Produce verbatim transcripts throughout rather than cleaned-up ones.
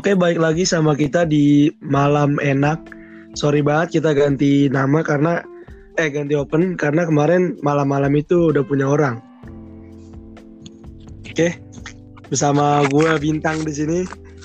Oke, balik lagi sama kita di Malam Enak. Sorry banget kita ganti nama karena eh ganti open karena kemarin malam-malam itu udah punya orang. Oke, bersama gue Bintang di sini.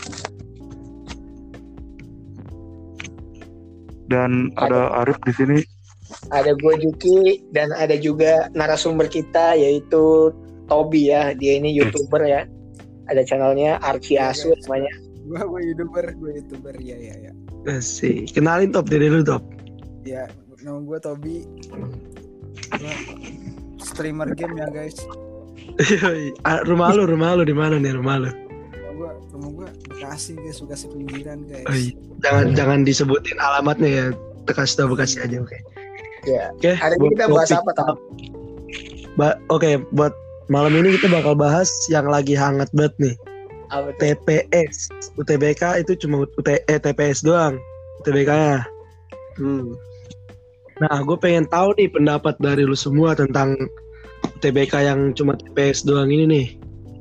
Dan ada, ada Arif di sini. Ada gue Juki dan ada juga narasumber kita yaitu Tobi ya. Dia ini YouTuber ya. Ada channelnya Archie Asu namanya. Gue gue YouTuber, gue YouTuber ya ya ya. Asik. Kenalin Top dari lu Top. Ya, nama gue Tobi. Gue streamer game ya guys. Rumah lu, rumah lu di mana nih rumah lu? Rumah gue, rumah gue Bekasi guys, Bekasi pinggiran guys. Oh, iya. Jangan jangan disebutin alamatnya ya. Tekas tau Bekasi aja, oke. Okay. Ya. Oke. Okay, hari ini kita bahas apa Top? Ba- oke, okay, buat malam ini kita bakal bahas yang lagi hangat banget nih. Apa T P S, U T B K itu cuma U T, eh, T P S doang, U T B K-nya. Hmm. Nah, gue pengen tahu nih pendapat dari lu semua tentang U T B K yang cuma T P S doang ini nih.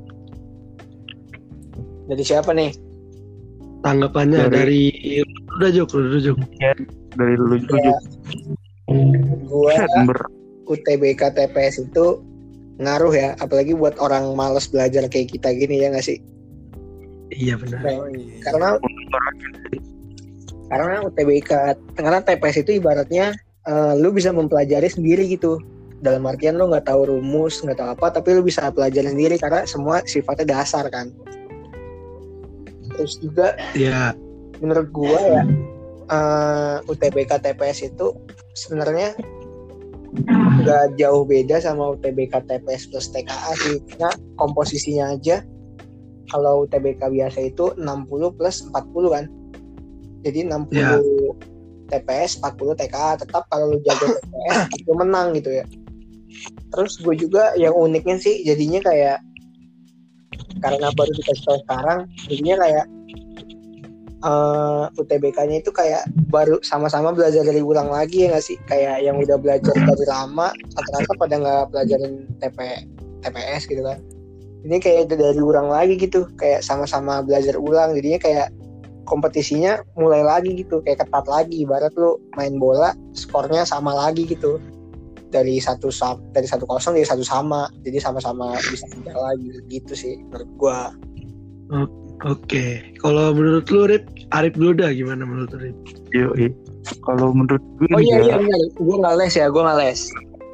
Dari siapa nih? Tanggapannya dari, dari... udah Juk, udah Juk. Dari lu Juk. Ya. Gue U T B K T P S itu ngaruh ya, apalagi buat orang malas belajar kayak kita gini ya nggak sih? Iya benar. Oh, iya. Karena karena U T B K, karena T P S itu ibaratnya uh, lu bisa mempelajari sendiri gitu. Dalam artian lu nggak tahu rumus, nggak tahu apa, tapi lu bisa pelajari sendiri karena semua sifatnya dasar kan. Terus juga, ya. Menurut gua ya uh, U T B K T P S itu sebenarnya nggak jauh beda sama U T B K T P S plus T K A sih. Karena komposisinya aja. Kalau U T B K biasa itu enam puluh plus empat puluh kan. Jadi enam puluh yeah. T P S, empat puluh T K A. Tetap kalau lu jago T P S itu menang gitu ya. Terus gue juga yang uniknya sih jadinya kayak karena baru dikasih tahu sekarang, jadinya kayak uh, U T B K-nya itu kayak baru sama-sama belajar dari ulang lagi ya nggak sih? Kayak yang udah belajar dari lama, rata-rata pada nggak pelajarin T P T P S gitu kan. Ini kayak dari ulang lagi gitu, kayak sama-sama belajar ulang, jadinya kayak kompetisinya mulai lagi gitu, kayak ketat lagi. Ibarat lu main bola, skornya sama lagi gitu, dari satu dari satu kosong jadi satu sama, jadi sama-sama bisa kejar lagi gitu sih menurut gua. Oke, okay. Kalau menurut lu Rip, Arif dulu dah gimana menurut Rip? Yo, kalau menurut gue oh iya iya, iya. Gue nggak les ya, gue nggak les.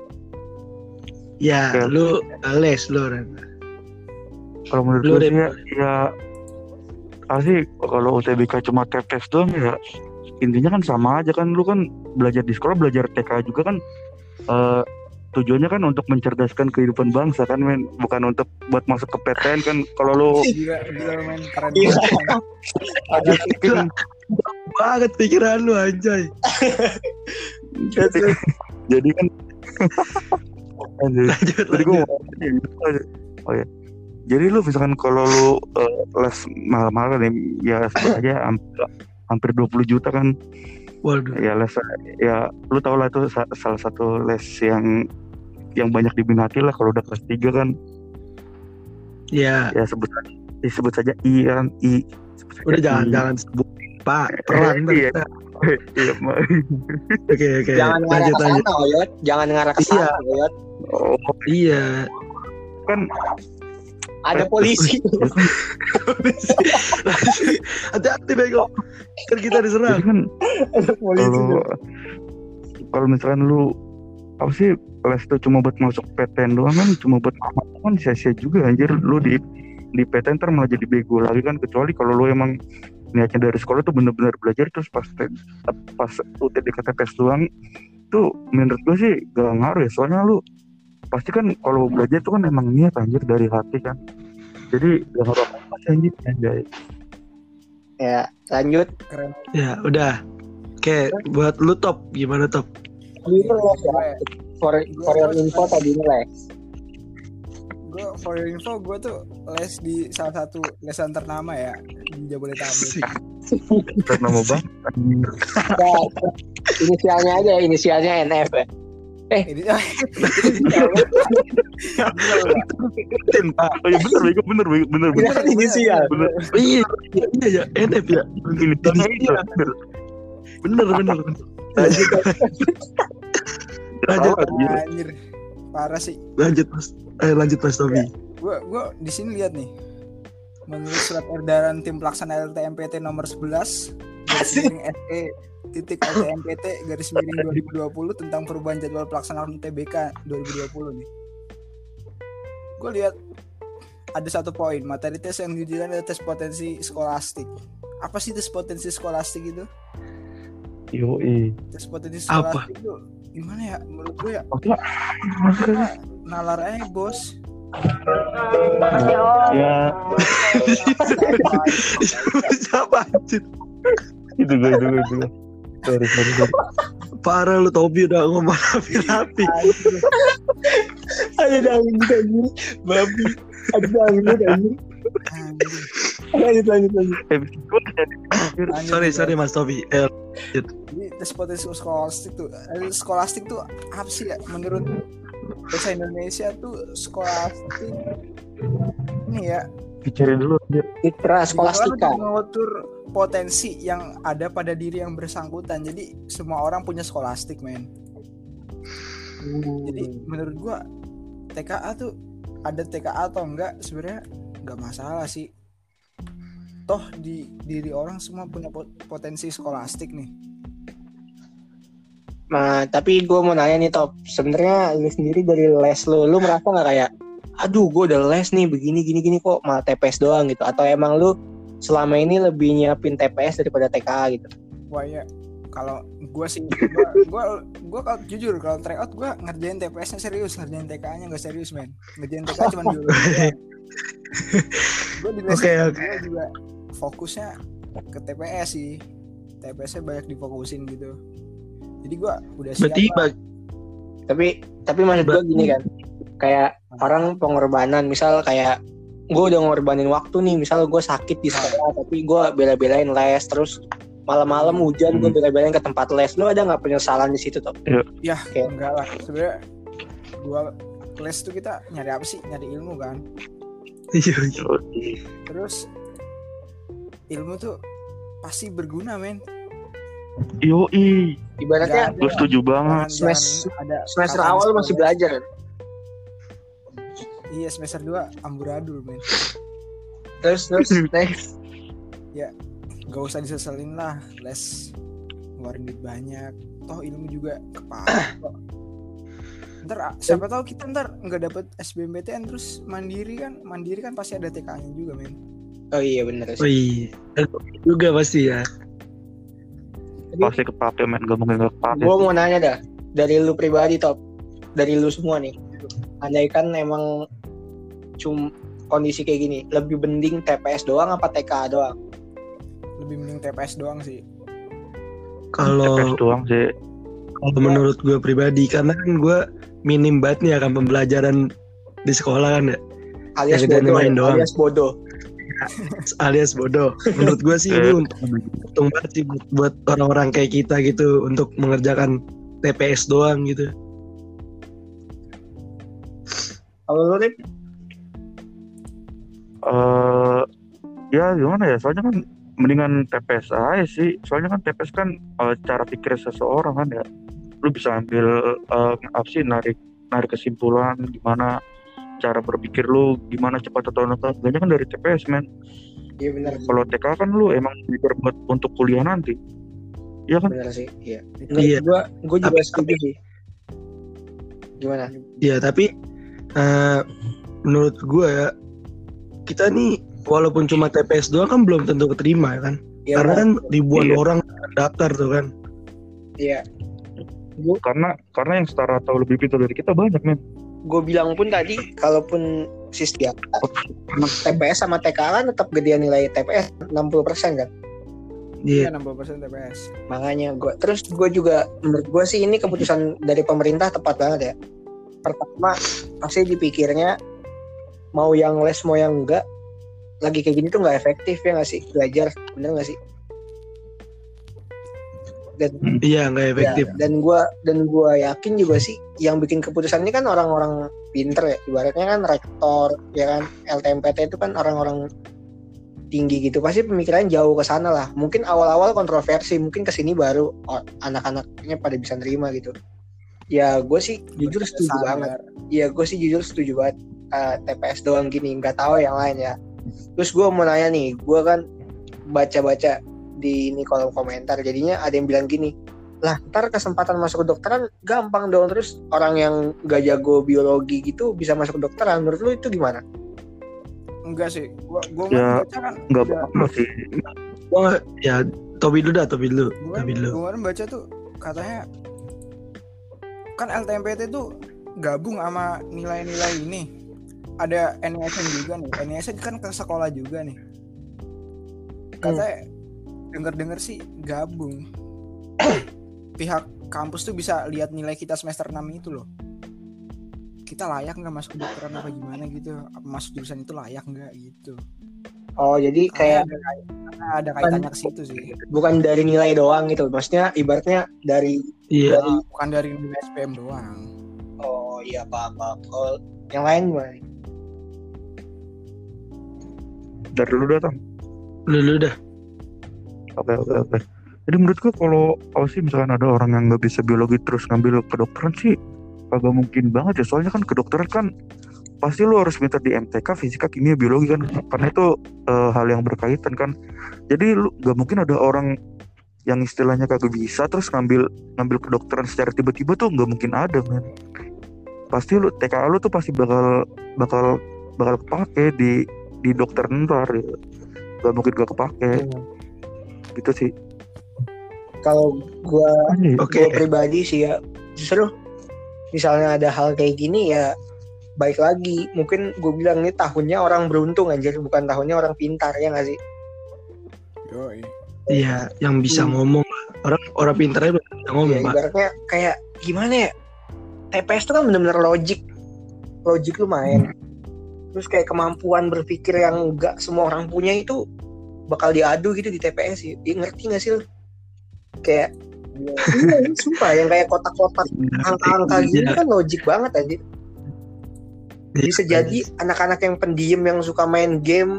Ya, ya. Lu les lu Ren. Kalau menurut gue ya, ya asli kalau U T B K cuma T P S doang ya intinya kan sama aja kan. Lu kan belajar di sekolah, belajar T K juga kan uh, tujuannya kan untuk mencerdaskan kehidupan bangsa kan men, bukan untuk buat masuk ke P T N kan. Kalau lu gila, gila men, keren banget. Banget pikiran lu anjay. jadi, jadi kan lanjut, jadi gue oh ya. Jadi lu misalkan kalau lu uh, les mahal-mahal nih ya sebut aja hampir, hampir dua puluh juta kan. Waduh. Ya les ya lu tau lah itu salah satu les yang yang banyak diminati lah kalau udah kelas tiga kan. Iya. Ya sebut disebut saja I kan I. Udah jangan I. jangan sebut Pak perang iya. Iya, Oke oke. Jangan ngarah ke sana, Oyot. Jangan ngarah ke sana, Oyot. Oh, iya. Kan ada polisi. Hati-hati bego. Kan kita diserang. Kan, ada polisi. Kalau kalau misalkan lu apa sih les itu cuma buat masuk P T N doang kan, cuma buat amat kan sia-sia juga anjir. Lu di di P T N ntar malah jadi bego lagi kan, kecuali kalau lu emang niatnya dari sekolah tuh bener-bener belajar terus pas pas U T B K T P S doang tuh menurut gue sih gak ngaruh ya. Soalnya lu pasti kan kalau belajar tuh kan emang niat anjir dari hati kan. Jadi gak ngaruh apa sih anjir anjay. Ya lanjut. Keren. Ya udah. Oke, buat lu Top gimana Top? Ini les ya. For, for your info tadi les. Gue for your info gue tuh les di salah satu lesan ternama ya di Jabodetabek. Ternama banget. Inisialnya aja, inisialnya N F ya. Eh, Ini Ten, Pak. Oh iya bener bego bener bego bener bener. Ini inisial. Bener. Iya, iya, iya ya, N F ya. Ini Ini ini iya. bener. Bener, bener. Lanjut. Lanjut, Oh, anjir. anjir. Parah sih. lanjut Mas. Eh, lanjut Mas Tobi. Gua gua di sini lihat nih. Menurut surat edaran tim pelaksana L T M P T nomor sebelas garis miring S E titik L T M P T garis miring dua ribu dua puluh tentang perubahan jadwal pelaksanaan U T B K dua ribu dua puluh nih. Gue lihat ada satu poin, materi tes yang diujikan adalah tes potensi skolastik. Apa sih tes potensi skolastik itu? Yoi. Tes potensi Apa? skolastik itu gimana ya? Menurut gue ya Oke. nalar aja bos. Ya Siapa anjir? itu gue itu gue itu gue. Sorry sorry sorry. Parah lu Tobi udah ngomong rapi-rapi. Ada dangdut anjir. Babi. Ada dangdut anjir. Anjir. Lanjut lanjut lanjut. Eh gue jadi anjir. Lanjut, Sorry, bos. sorry Mas Tobi. Eh, Jadi tes potensi skolastik tuh, eh, skolastik tuh apa sih ya? Menurut bahasa Indonesia tuh skolastik ini ya Dicari dulu anjir. Citra skolastika. itu mengatur potensi yang ada pada diri yang bersangkutan. Jadi semua orang punya skolastik, men. Jadi menurut gua T K A tuh ada T K A atau enggak sebenarnya enggak masalah sih. Toh di diri orang semua punya potensi skolastik nih. Nah, tapi gue mau nanya nih Top, sebenarnya lu sendiri dari les lu, lu merasa nggak kayak, aduh gue udah les nih begini gini gini kok malah T P S doang gitu, atau emang lu selama ini lebih nyiapin T P S daripada T K A gitu? Wah ya, kalau gue sih, gua, gua, gua kalau jujur kalau tryout gue ngerjain T P S-nya serius, ngerjain T K A-nya nggak serius, men. Ngerjain T K A cuma dulu. Gue di les Oke, gue oke. juga fokusnya ke T P S sih. T P S-nya banyak difokusin gitu. Jadi gue udah siap. berarti lah. bag- Tapi tapi maksud gue gini kan, kayak orang pengorbanan, misal kayak gue udah ngorbanin waktu nih, misal gue sakit di sekolah, tapi gue bela-belain les, terus malam-malam hujan gue bela-belain ke tempat les, lu ada nggak penyesalan di situ Top? Ya Oke. enggak lah. Sebenarnya gue les tuh kita nyari apa sih? Nyari ilmu kan. Iya, iya. Yoi. Terus ilmu tuh pasti berguna, men. Yoi. Ibaratnya Nggak Gue setuju banget. Jangan- Semester- jangan ada semester kata awal sekolah. masih belajar kan? Iya, semester dua amburadul, men. Terus terus next. Gak usah diseselin lah, les ngeluarin duit banyak. Toh ilmu juga kepake kok. Ntar ah, siapa tahu kita ntar nggak dapet S B M P T N terus mandiri kan, mandiri kan pasti ada T K A-nya juga, men. Oh iya bener Oh sih. iya. Juga pasti ya. Pasti kepake men, gak mungkin gak kepake. Gue mau nanya dah, dari lu pribadi Top, dari lu semua nih, andaikan emang cum kondisi kayak gini, lebih mending T P S doang apa T K A doang? Lebih mending T P S doang sih. T P S Kalau doang sih. kalau menurut gue pribadi, karena kan gue minim banget nih akan pembelajaran di sekolah kan ya, Alias Ya, kita bodoh, main ya, doang. alias bodoh. alias bodoh. Menurut gue sih ini untuk untung banget sih buat, buat orang-orang kayak kita gitu untuk mengerjakan T P S doang gitu. Kalau lu Rip? Eh ya gimana ya, soalnya kan mendingan T P S aja sih. Soalnya kan T P S kan eh, cara pikir seseorang kan ya. Lu bisa ambil eh, apa sih, narik narik kesimpulan gimana cara berpikir lu, gimana cepat atau lambat. Banyak kan dari T P S, men. Iya benar, Kalau T K kan lu emang mikir buat untuk kuliah nanti. Iya kan? benar sih. Iya. Iya. Gue gue juga Tapi- setuju sih. Gimana? Ya tapi eh, menurut gue ya, kita nih walaupun cuma T P S doang kan belum tentu keterima kan. Iya, Karena kan ribuan Iya. orang daftar tuh kan. Iya. Karena karena yang setara atau lebih pintar dari kita banyak, men. Gue bilang pun tadi, kalaupun sistem T P S sama T K A kan tetap gedean nilai T P S enam puluh persen kan. Iya. enam puluh persen T P S. Makanya gue terus gue juga menurut gue sih ini keputusan dari pemerintah tepat banget ya. Pertama pasti dipikirnya mau yang les mau yang enggak, lagi kayak gini tuh nggak efektif ya nggak sih belajar, bener nggak sih? Dan iya nggak efektif. Ya, dan gue dan gue yakin juga sih yang bikin keputusan ini kan orang-orang pinter ya, ibaratnya kan rektor ya kan, L T M P T itu kan orang-orang tinggi gitu, pasti pemikirannya jauh ke sana lah. Mungkin awal-awal kontroversi, mungkin kesini baru oh, anak-anaknya pada bisa nerima gitu. Ya gue sih jujur setuju sadar. banget. Ya gue sih jujur setuju banget. Uh, T P S doang gini, nggak tahu yang lain ya. Terus gue mau nanya nih, gue kan baca-baca di ini kolom komentar, jadinya ada yang bilang gini, lah ntar kesempatan masuk ke dokteran gampang dong, terus orang yang gak jago biologi gitu bisa masuk ke dokteran. Menurut lu itu gimana? Enggak sih, gua gua ya, baca kan enggak apa sih. Gua ya Tobi dulu dah, Tobi dulu. Gua, Tobi dulu. Gua baca tuh katanya kan L T M P T tuh gabung sama nilai-nilai ini. Ada N I S N juga nih. N I S N kan ke sekolah juga nih. Katanya hmm. denger-denger sih gabung. Pihak kampus tuh bisa lihat nilai kita semester enam itu loh. Kita layak nggak masuk kedokteran apa gimana gitu? Apa masuk jurusan itu layak nggak gitu? Oh jadi kayak ada, ada kaitannya ke situ sih. Bukan dari nilai doang gitu. Maksudnya ibaratnya dari iya. Dari, bukan dari nilai S P M doang. Oh iya paham-paham. Kalau yang lain gimana? Dari dulu dah, Tam. Dulu dah. Oke oke oke. Jadi menurutku kalau kalau sih misalkan ada orang yang nggak bisa biologi terus ngambil kedokteran sih agak mungkin banget ya, soalnya kan kedokteran kan pasti lu harus minta di M T K fisika kimia biologi kan, karena itu uh, hal yang berkaitan kan. Jadi lu nggak mungkin ada orang yang istilahnya kagak bisa terus ngambil ngambil kedokteran secara tiba-tiba tuh nggak mungkin ada man. Pasti lu T K A lu tuh pasti bakal bakal bakal kepake di di dokter ntar ya. Nggak mungkin gak kepake hmm. gitu sih. Kalau gue okay. pribadi sih ya justru misalnya ada hal kayak gini ya baik lagi, mungkin gue bilang ini tahunnya orang beruntung anjir, bukan tahunnya orang pintar, ya nggak sih? Yoi. Iya, yang bisa hmm. ngomong orang orang pintarnya bisa ngomong. Ya, ibaratnya kayak gimana ya, T P S itu kan benar-benar logik, logik lu main, hmm. terus kayak kemampuan berpikir yang nggak semua orang punya itu bakal diadu gitu di T P S sih. Ya, ngerti nggak sih lu? Kayak iya, ini sumpah yang kayak kotak-kotak angka-angka gitu kan logik banget aja. Bisa jadi anak-anak yang pendiam yang suka main game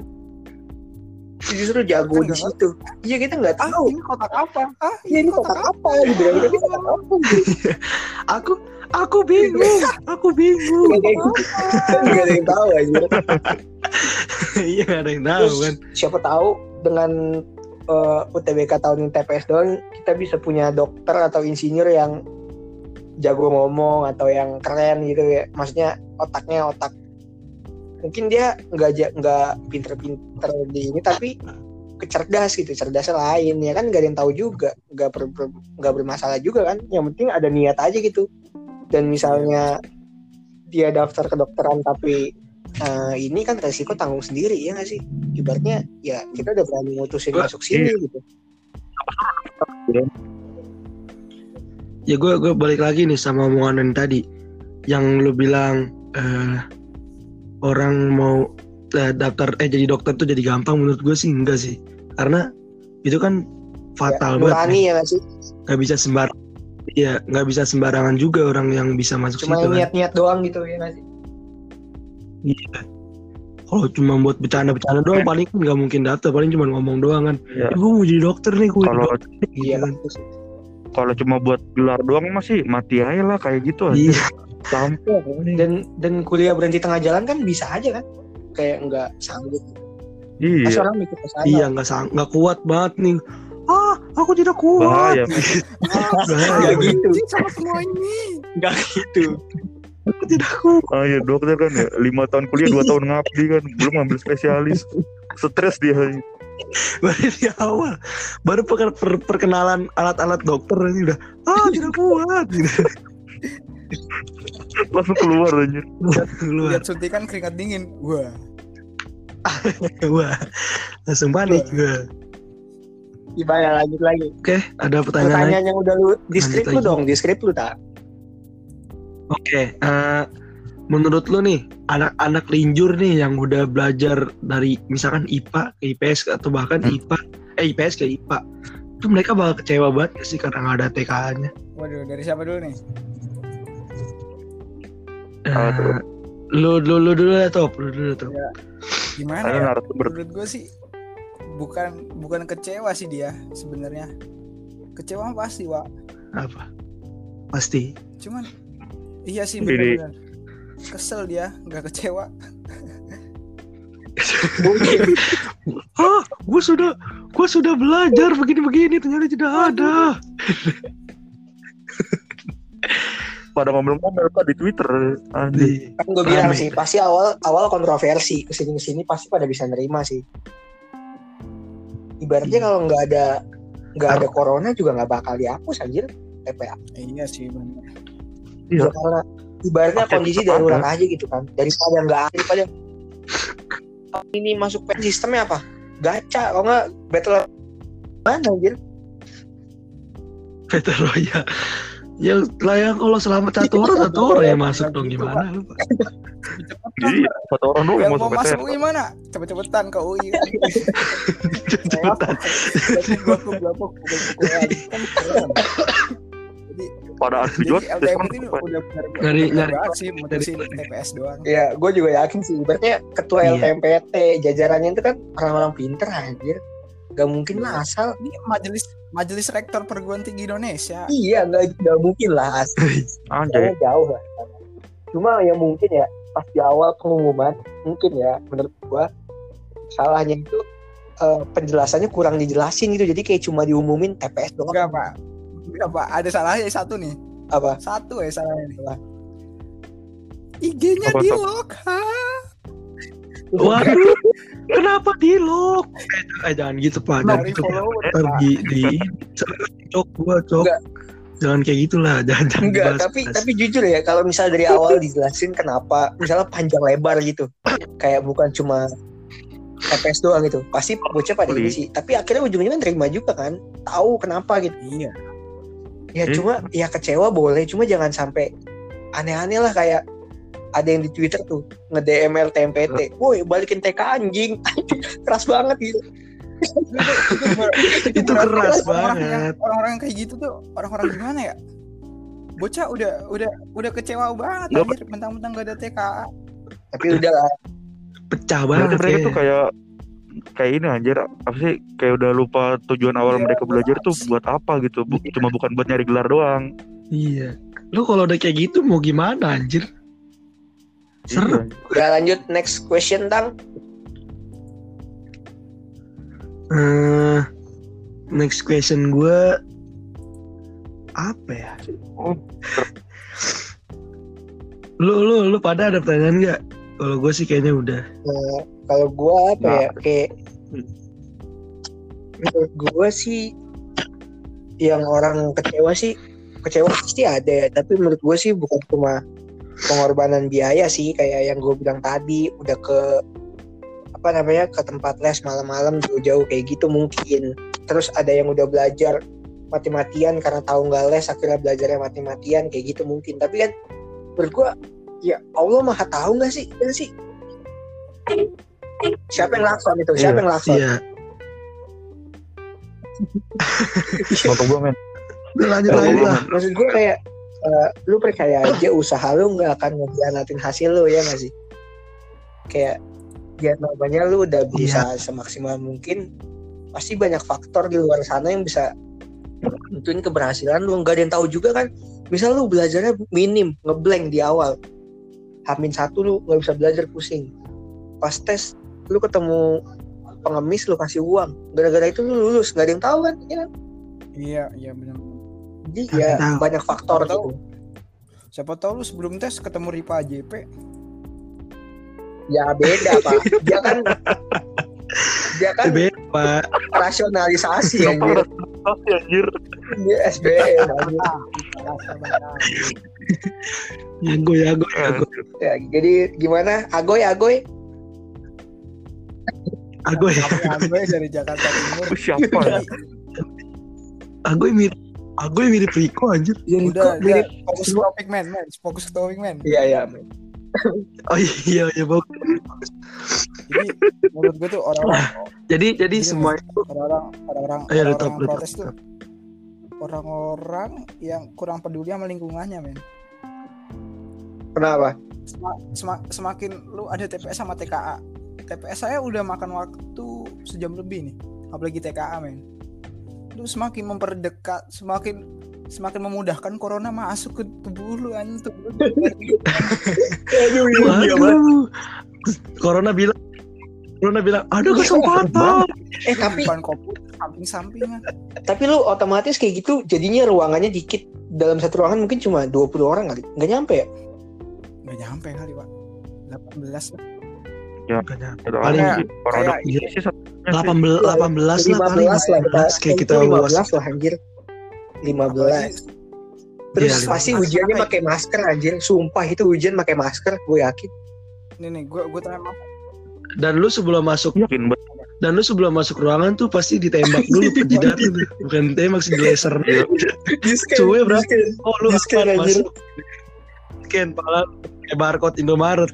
justru jago di situ. Iya, kita nggak tahu ini kotak apa. Ah, iya ini kotak, kotak apa? Dibilang ini kotak apa? Aku aku bingung. Aku bingung. Nggak ada yang tahu aja. Iya, nggak ada yang tahu kan. Siapa tahu dengan Uh, U T B K tahun ini T P S doang kita bisa punya dokter atau insinyur yang jago ngomong atau yang keren gitu ya, maksudnya otaknya otak mungkin dia nggak nggak pinter-pinter di ini tapi kecerdas gitu, cerdasnya lain ya kan, nggak ada yang tahu juga, nggak ber, ber, nggak bermasalah juga kan, yang penting ada niat aja gitu. Dan misalnya dia daftar kedokteran tapi Uh, ini kan resiko tanggung sendiri, ya nggak sih? Ibaratnya ya kita udah berani mutusin masuk sini iya. gitu. Ya gue gue balik lagi nih sama omongan tadi, yang lu bilang uh, orang mau uh, daftar eh jadi dokter tuh jadi gampang. Menurut gue sih enggak sih, karena itu kan fatal ya, banget. Nurani ya nggak sih? Nggak bisa sembar, ya nggak bisa sembarangan juga orang yang bisa masuk cuma situ. Cuma niat-niat kan. doang gitu ya nggak sih? Iya. Kalau cuma buat bercanda-bercanda doang paling kan nggak mungkin daftar, paling cuma ngomong doang kan. Ya. Eh, gue mau jadi dokter nih, gue kalau dokter, gitu iya kan. Kalau cuma buat gelar doang masih mati aja lah kayak gitu aja. Iya. Sampai dan dan kuliah berhenti tengah jalan kan bisa aja kan? Kayak nggak sanggup. Iya. Mas orang mikir ke sana. Iya, nggak sang nggak kuat banget nih. Ah, aku tidak kuat. Bahaya. Bahaya gitu. Sama semua ini. Nggak gitu. Aku tidak kuat. Ah ya dokter kan ya lima tahun kuliah dua tahun ngabdi kan, belum ngambil spesialis, stres dia. Baru di awal, baru per- per- perkenalan alat-alat dokter ini udah ah tidak kuat. Langsung keluar aja. Keluar. Lihat suntikan keringat dingin, wah. Wah, langsung panik gue. Gimana lanjut lagi? Oke, ada pertanyaan. Pertanyaan yang udah lu di script lu dong, di script lu tak? Oke, okay, uh, menurut lo nih anak-anak linjur nih yang udah belajar dari misalkan I P A ke I P S atau bahkan hmm. I P A eh I P S ke I P A, Itu mereka bakal kecewa banget gak sih karena nggak ada T K A-nya. Waduh, dari siapa dulu nih? Uh, lu, lu, lu dulu ya Top, lu dulu Top. Ya, gimana ya? Menurut gue sih bukan bukan kecewa sih dia sebenarnya. Kecewa pasti, Wak. Apa? Pasti. Cuman iya sih benar-benar. Kesel dia, nggak kecewa. Ah, gue sudah, gue sudah belajar begini-begini, ternyata tidak ada. Pada ngomel-ngomel Pak di Twitter. Anjir. Kan gue bilang sih, pasti awal awal kontroversi, kesini kesini pasti pada bisa nerima sih. Ibaratnya kalau nggak ada nggak ada corona juga nggak bakal dihapus anjir T P A. Iya sih benar. Iya. Karena ibaratnya pasti kondisi darurat aja gitu kan, daripada nggak ada, daripada ini masuk pen sistemnya apa? Gacha, kalau nggak battle mana anjir? Battle Royale. Ya lah yang kalau selamat satu orang satu orang ya masuk dong gimana lu Pak? Jadi satu orang dulu yang masuk masuk U I mana? Cepet-cepetan ke U I. Cepet-cepetan. Pada asli jual L T M ini udah nyari nyari sih mutusin T P S doang. Ya, gue juga yakin sih. Ibaratnya ketua L T M P T jajarannya itu kan orang-orang pinter anjir. Gak mungkin lah asal. Ini majelis majelis rektor perguruan tinggi Indonesia. Iya, gak, gak mungkin lah asli. Anjay. Jauh lah. Cuma yang mungkin ya pas di awal pengumuman mungkin ya menurut gua salahnya itu uh, penjelasannya kurang dijelasin gitu. Jadi kayak cuma diumumin T P S doang. Enggak, Pak. Enggak, Pak. Ada salahnya satu nih. Apa? Satu ya salahnya nih. I G-nya di lock. Ha? Waduh, kenapa di lock? Eh, jangan gitu Pak, jangan gitu. Pergi di cok gua cok. Enggak. Jangan kayak gitulah, jangan jangan. Enggak, tapi bahas. Tapi jujur ya, kalau misalnya dari awal dijelasin kenapa, misalnya panjang lebar gitu, kayak bukan cuma T P S doang gitu, pasti bocah pada ini sih. Tapi akhirnya ujungnya kan terima juga kan, tahu kenapa gitu. Iya. Ya hmm? Cuma ya kecewa boleh, cuma jangan sampai aneh-aneh lah kayak ada yang di Twitter tuh nge-D M L T M P T, woi balikin T K anjing, keras banget gitu. itu, itu, itu, itu keras orang-orang banget. Yang, orang-orang yang kayak gitu tuh orang-orang gimana ya? Bocah udah udah udah kecewa banget anjir, mentang-mentang gak ada T K A. Tapi udah lah, pecah banget. Mereka ya. Tuh kayak kayak ini anjir, apa sih? Kayak udah lupa tujuan awal ya, mereka belajar tuh buat apa gitu? Bu- cuma bukan buat nyari gelar doang. Iya. Lu kalau udah kayak gitu mau gimana anjir? Seru. Udah lanjut next question Tang. Uh, next question gue apa ya? lu lu lu pada ada pertanyaan nggak? Kalau gue sih kayaknya udah. Nah, kalau gue apa nah. ya kayak menurut gue sih yang orang kecewa sih kecewa pasti ada ya. Tapi menurut gue sih bukan cuma pengorbanan biaya sih, kayak yang gue bilang tadi udah ke apa namanya ke tempat les malam-malam jauh-jauh kayak gitu mungkin. Terus ada yang udah belajar mati-matian karena tahu nggak les akhirnya belajarnya mati-matian kayak gitu mungkin. Tapi kan menurut gue ya Allah maha tahu nggak sih kan sih siapa yang lakson itu siapa yeah, yang lakson yeah. Bapak gue men lanjut lanjut lah. Maksud gue kayak Uh, lu percaya aja usaha lu gak akan ngehianatin hasil lu ya gak sih? Kayak ya namanya lu udah berusaha yeah. semaksimal mungkin, pasti banyak faktor di luar sana yang bisa nentuin keberhasilan lu. Gak ada yang tahu juga kan. Misal lu belajarnya minim, ngeblank di awal, Hamin satu lu gak bisa belajar, pusing. Pas tes lu ketemu pengemis, lu kasih uang, gara-gara itu lu lulus. Gak ada yang tahu kan ya? Iya, iya benar. Jadi ya tahu. Banyak faktor siapa gitu. Tahu, siapa tahu lu sebelum tes ketemu Ripa J P. Ya beda Pak. Dia kan dia kan beda, Pak. Rasionalisasi anjir. Anjir. Dia S B M anjir. Agoy, agoy, agoy. Ya, jadi gimana? Agoy, agoy. Agoy. Agoy dari Jakarta Timur. Siapa ya? Agoy mirip Agoy mirip Rico anjir. Ya, udah, mirip fokus ke topik men, men. Fokus ke topik men. Iya, iya, men. Oh iya, iya bagus. Jadi menurut gue tuh orang-orang Jadi jadi semua nih, itu orang-orang orang-orang Ayo, orang-orang letop, yang letop, protes tuh orang-orang yang kurang peduli sama lingkungannya, men. Kenapa? Sema- sema- semakin lu ada T P S sama T K A, T P S saya udah makan waktu sejam lebih nih, apalagi T K A, men. Lu semakin memperdekat, semakin semakin memudahkan corona masuk ke tubuh lu, anjing tubuh lu. Aduh, iya banget. Waduh. Corona bilang Corona bilang ada kesempatan. Eh tapi Bukan komputer samping-sampingan. tapi lu otomatis kayak gitu jadinya ruangannya dikit. Dalam satu ruangan mungkin cuma dua puluh orang kali. Nggak nyampe ya? Nggak nyampe kali, Pak. delapan belas lah. Ya, Makanya, ada paling orang sih. Orang kayak ada ini sih satunya sih. delapan belas delapan belas lah lima paling belas lah kita. kayak kita lima luas. belas lah anjir. lima belas. Apalagi Terus Iya, pasti lima belas. ujiannya pakai masker anjir. Sumpah itu ujian pakai masker, gue yakin. nih nih gue gue tanya Mas. Dan lu sebelum masuk Yakin banget. dan lu sebelum masuk ruangan tuh pasti ditembak dulu ke jidat lu tuh. Bukan tembak sih laser. Cuy berapa? Oh lu Di-scan, akan anjir. masuk. Scan pala kayak barcode Indomaret.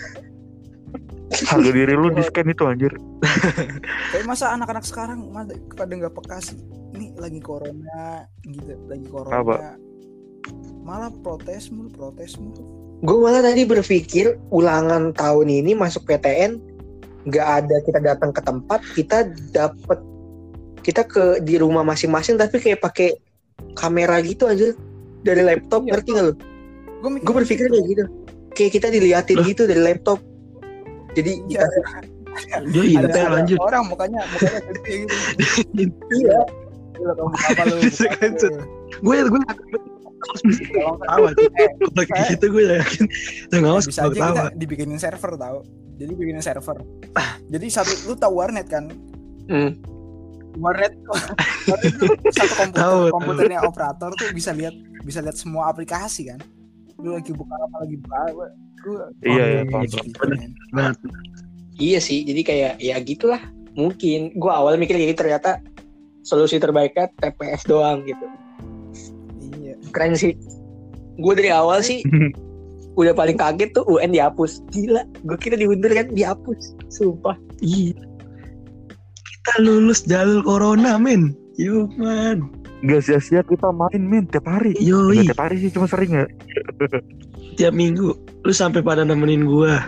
Harga diri lu di scan itu anjir. Kayak masa anak-anak sekarang masa pada nggak peka sih. Ini lagi corona gitu, lagi corona. Apa? Malah protes mulu, protes mulu. Gue malah tadi berpikir ulangan tahun ini masuk P T N nggak ada kita datang ke tempat, kita dapat kita ke di rumah masing-masing tapi kayak pakai kamera gitu aja dari laptop, Iya. ngerti nggak lu? Gue mikir Gue berpikir kayak gitu, kayak kita diliatin Loh. gitu dari laptop. Jadi Iya, Dia ada, intel ada lanjut. orang mukanya mukanya gede gitu. iya, Gila, kamu apa lu? Buka lu. Gue gue Kalau nggak, tahu tuh. eh, Kalau kayak gitu gue yakin yang ngawas bisa aja tahu. kita dibikinin server tahu. Jadi bikinin server. Jadi satu lu tahu warnet kan? Hmm. Warnet, warnet tuh satu komputer, Tahu, tahu. komputernya operator tuh bisa lihat bisa lihat semua aplikasi kan. Lu lagi buka apa lagi buka apa. Gua, Iya, iya, paham, bener. Nah, Iya sih, jadi kayak ya gitulah. Mungkin gue awal mikir kayak gitu, ternyata solusi terbaiknya T P S doang gitu. Iya. Keren sih. Gue dari awal sih udah paling kaget tuh U N dihapus. Gila, gue kira diundur kan, dihapus. Sumpah. iya. Kita lulus jalur corona, men. Yuk, man. Gak sia-sia kita main men tiap hari. Yoi. Nggak tiap hari sih, cuma sering ya. Tiap minggu lu sampai pada nemenin gua.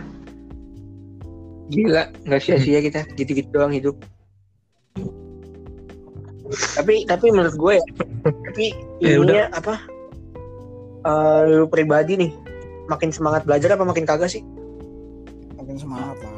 Gila, nggak sia-sia kita gitu-gitu doang hidup. Tapi tapi menurut gue ya, tapi Ya ininya apa? Eh, lu pribadi nih, makin semangat belajar apa makin kagak sih? Makin semangat lah.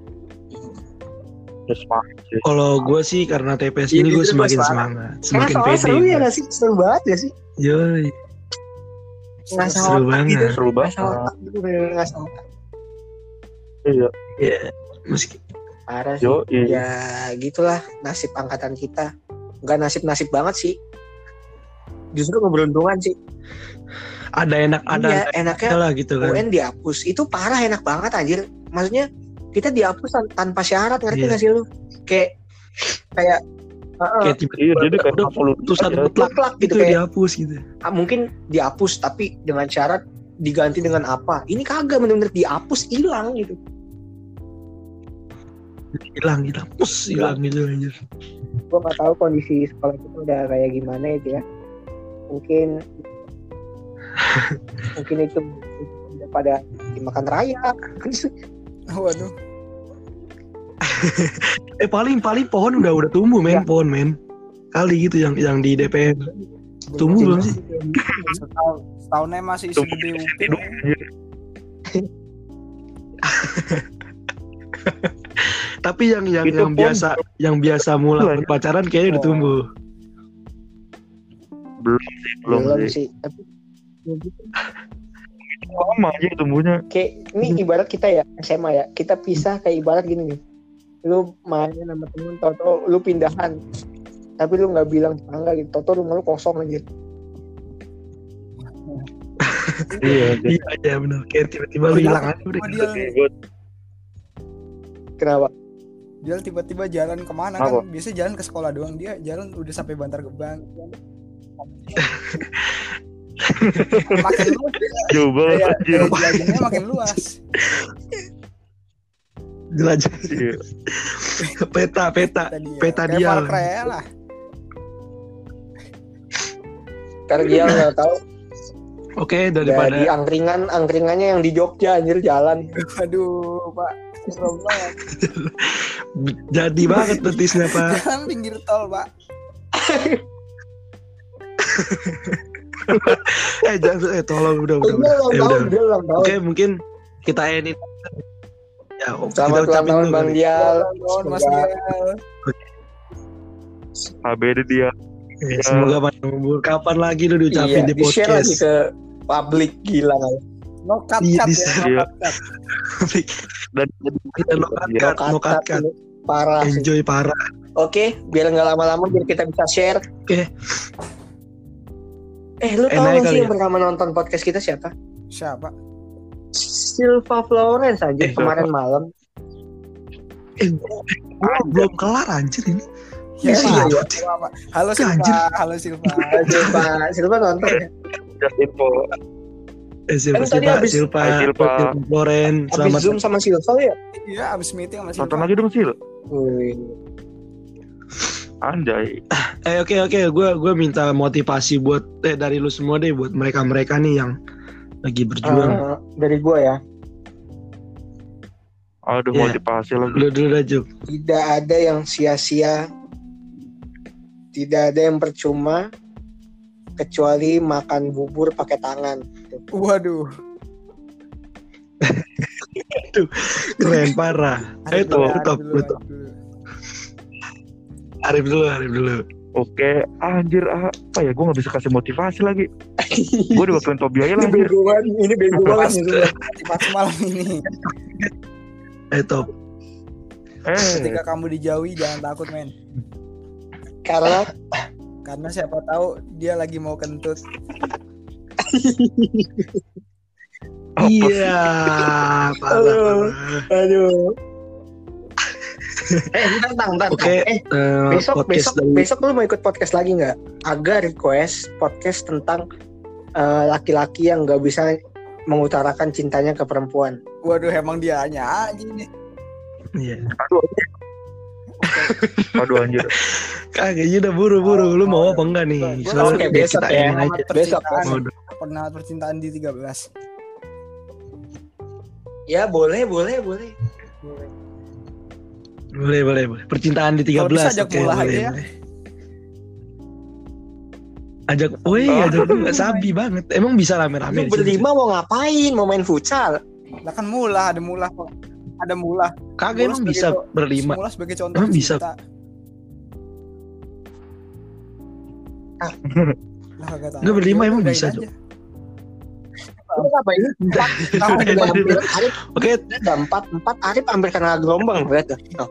Terus main sih. Kalau gua sih karena T P S Iya, ini gua justru semakin gua semangat, Karena semakin soalnya pede. seru ya gua. nggak sih? Seru banget ya sih? Yoi. Nggak Seru salah banget. gitu. Seru Nggak salah banget. gitu, bener-bener nggak salah. Iya. Ya, meski Parah sih. Yo, iya. Ya gitulah nasib angkatan kita. Nggak nasib-nasib banget sih. Justru keberuntungan sih. ada enak ada Iya, ada enaknya lah gitu U kan. N dihapus. Itu parah enak banget anjir. Maksudnya kita dihapus tan- tanpa syarat, ngerti Iya. nggak sih lu? Kayak kayak uh, Kayak tiba-tiba Iya, jadi kayak udah keputusan putusan ya. mutlak mutlak gitu itu kayak dihapus gitu. ah, mungkin dihapus tapi dengan syarat diganti dengan apa? Ini kagak, bener-bener dihapus hilang gitu. Hilang hilang, pus hilang gitu anjir. Gue nggak tahu kondisi sekolah kita udah kayak gimana itu ya. Mungkin mungkin itu udah pada dimakan raya. Waduh. Eh paling paling pohon udah udah tumbuh men, Ya. pohon men. Kali gitu yang yang di D P R. Tumbuh belum sih? Setahun, setahunnya masih Tumbuh segede di upin. dong, anjir. Tapi yang yang Itu yang pohon biasa yang biasa mulai Belum. berpacaran kayaknya udah Oh. tumbuh. Belum sih, belum, Belum sih. sih. Tapi Lama aja tumbuhnya. kayak ini ibarat kita ya S M A ya, kita pisah kayak ibarat gini nih, lu main sama temen, tau-tau lu pindahan tapi lu nggak bilang tetangga gitu, tau-tau rumah lu kosong aja. Iya, Iya iya benar. Kayak tiba-tiba lu hilang aja udah. Sama dia, buat Kenapa? dia tiba-tiba jalan kemana Apa? kan? Biasanya jalan ke sekolah doang, dia jalan udah sampai Bantar Gebang. Makin luas, jauh banget kayak anjir. kayak belajarnya makin luas. jelajah. Iya. peta peta peta Kayak dia Far Cry lah. Karena dia nggak tahu. Oke, daripada Dari angkringan, angkringannya yang di Jogja anjir jalan. Aduh, Pak. Serem banget. jadi banget betisnya Pak. Jalan pinggir tol, Pak. eh jangan eh tolong udah udah Udah udah. ulang Eh, tahun, udah. udah ulang tahun. Oke, mungkin kita edit. Ya, oh, Selamat kita ulang ucapin tahun dulu Bang kali. Dial. Tahun Mas Semoga Dial. H B D dia. Ya, semoga panjang umur. Kapan lagi lu diucapin iya, di di-share lagi podcast? ke publik gila kan. No cut Iya, cut di- ya, no iya. cut cut. Dan Kita no cut cut, no cut cut. Parah sih. Enjoy parah. Oke, biar nggak lama-lama biar kita bisa share. Oke. Eh, lu tahu Enak nggak kali sih ya? yang pertama nonton podcast kita siapa? Siapa? Silva Florence aja Eh, kemarin malam. Eh, gua belum kelar anjir ini. Ya, iya, iya. Apa? Halo Ya, anjir. Silva, halo Silva. Silva, Silva nonton ya. just info. Eh, Silva, Kan tadi Silva, abis- Silva, Hai, Silva. Loren, Habis selamat. Zoom sama Silva ya. Iya, abis meeting sama Silva. Nonton lagi dong Sil. Wih. Anjay. Eh, oke oke, gue gue minta motivasi buat eh dari lu semua deh buat mereka mereka nih yang lagi berjuang. Eh, dari gua ya. Aduh Iya. motivasi lagi. Lu dulu aja. Tidak ada yang sia-sia. Tidak ada yang percuma kecuali makan bubur pakai tangan. Waduh. Keren parah. Eh, Arif dulu, top, Arif top, dulu, top. Arif dulu. Arif dulu, Arif dulu. Oke, anjir apa ya? Gue nggak bisa kasih motivasi lagi. Gue diwakilin Tobi aja Ini lah. Anjir. bego banget, ini bego banget nih semua. Pas malam ini. Eh, top. Eh, Ketika kamu dijauhi jangan takut men. Karena Karena siapa tahu dia lagi mau kentut. Iya, parah, Aduh. parah. aduh. eh, bentar, bentar, bentar. Oke, Eh, eh, besok podcast besok dari besok lu mau ikut podcast lagi nggak? Agak request podcast tentang eh, laki-laki yang nggak bisa mengutarakan cintanya ke perempuan. Waduh, emang dia hanya aja nih. Iya. aduh, anjir. Aduh anjir. Kagak udah buru-buru. Lu mau apa enggak nih? Gua- Soalnya oke, biar besok kita ya. ini aja. Besok, Percintaan. Oh, udah. Pengangat percintaan di tiga belas. Ya boleh, boleh, boleh. Boleh, boleh, boleh. Percintaan di tiga Kalau bisa belas. ajak Oke, Mullah boleh, aja ya. boleh. Ajak, woi, Oh. ajak juga sabi banget. Emang bisa rame-rame Lu di situ? berlima mau ngapain? Mau main futsal? Lah kan Mullah, ada Mullah kok. Ada Mullah. Kagak Mullah emang sebagai bisa co- berlima. Mullah sebagai contoh Emang bisa? cinta. Lah kagak tahu. Nggak, berlima Ya, emang udahin bisa, aja. Cok. Lu ngapain? Empat, Tahu udah udah. hampir Arif Oke, udah empat, empat Arif hampir kena gelombang lihat tuh. Oh.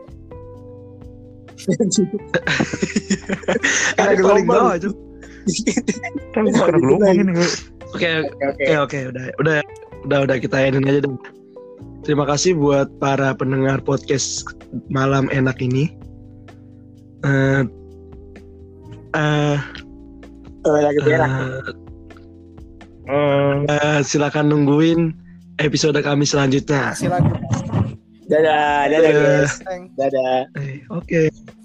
ada paling bawah, Cok. Kan gue kena gelombang ini. gue. Oke, Oke, oke. oke, oke, udah, udah, udah, udah kita ending aja deh. Terima kasih buat para pendengar podcast malam enak ini. Eh, eh, Oh, lagi berak. eh, Eh, eh, silakan nungguin episode kami selanjutnya. Kasih lagi. Dadah, dadah Eh. guys. Thank. Dadah. Eh, Oke.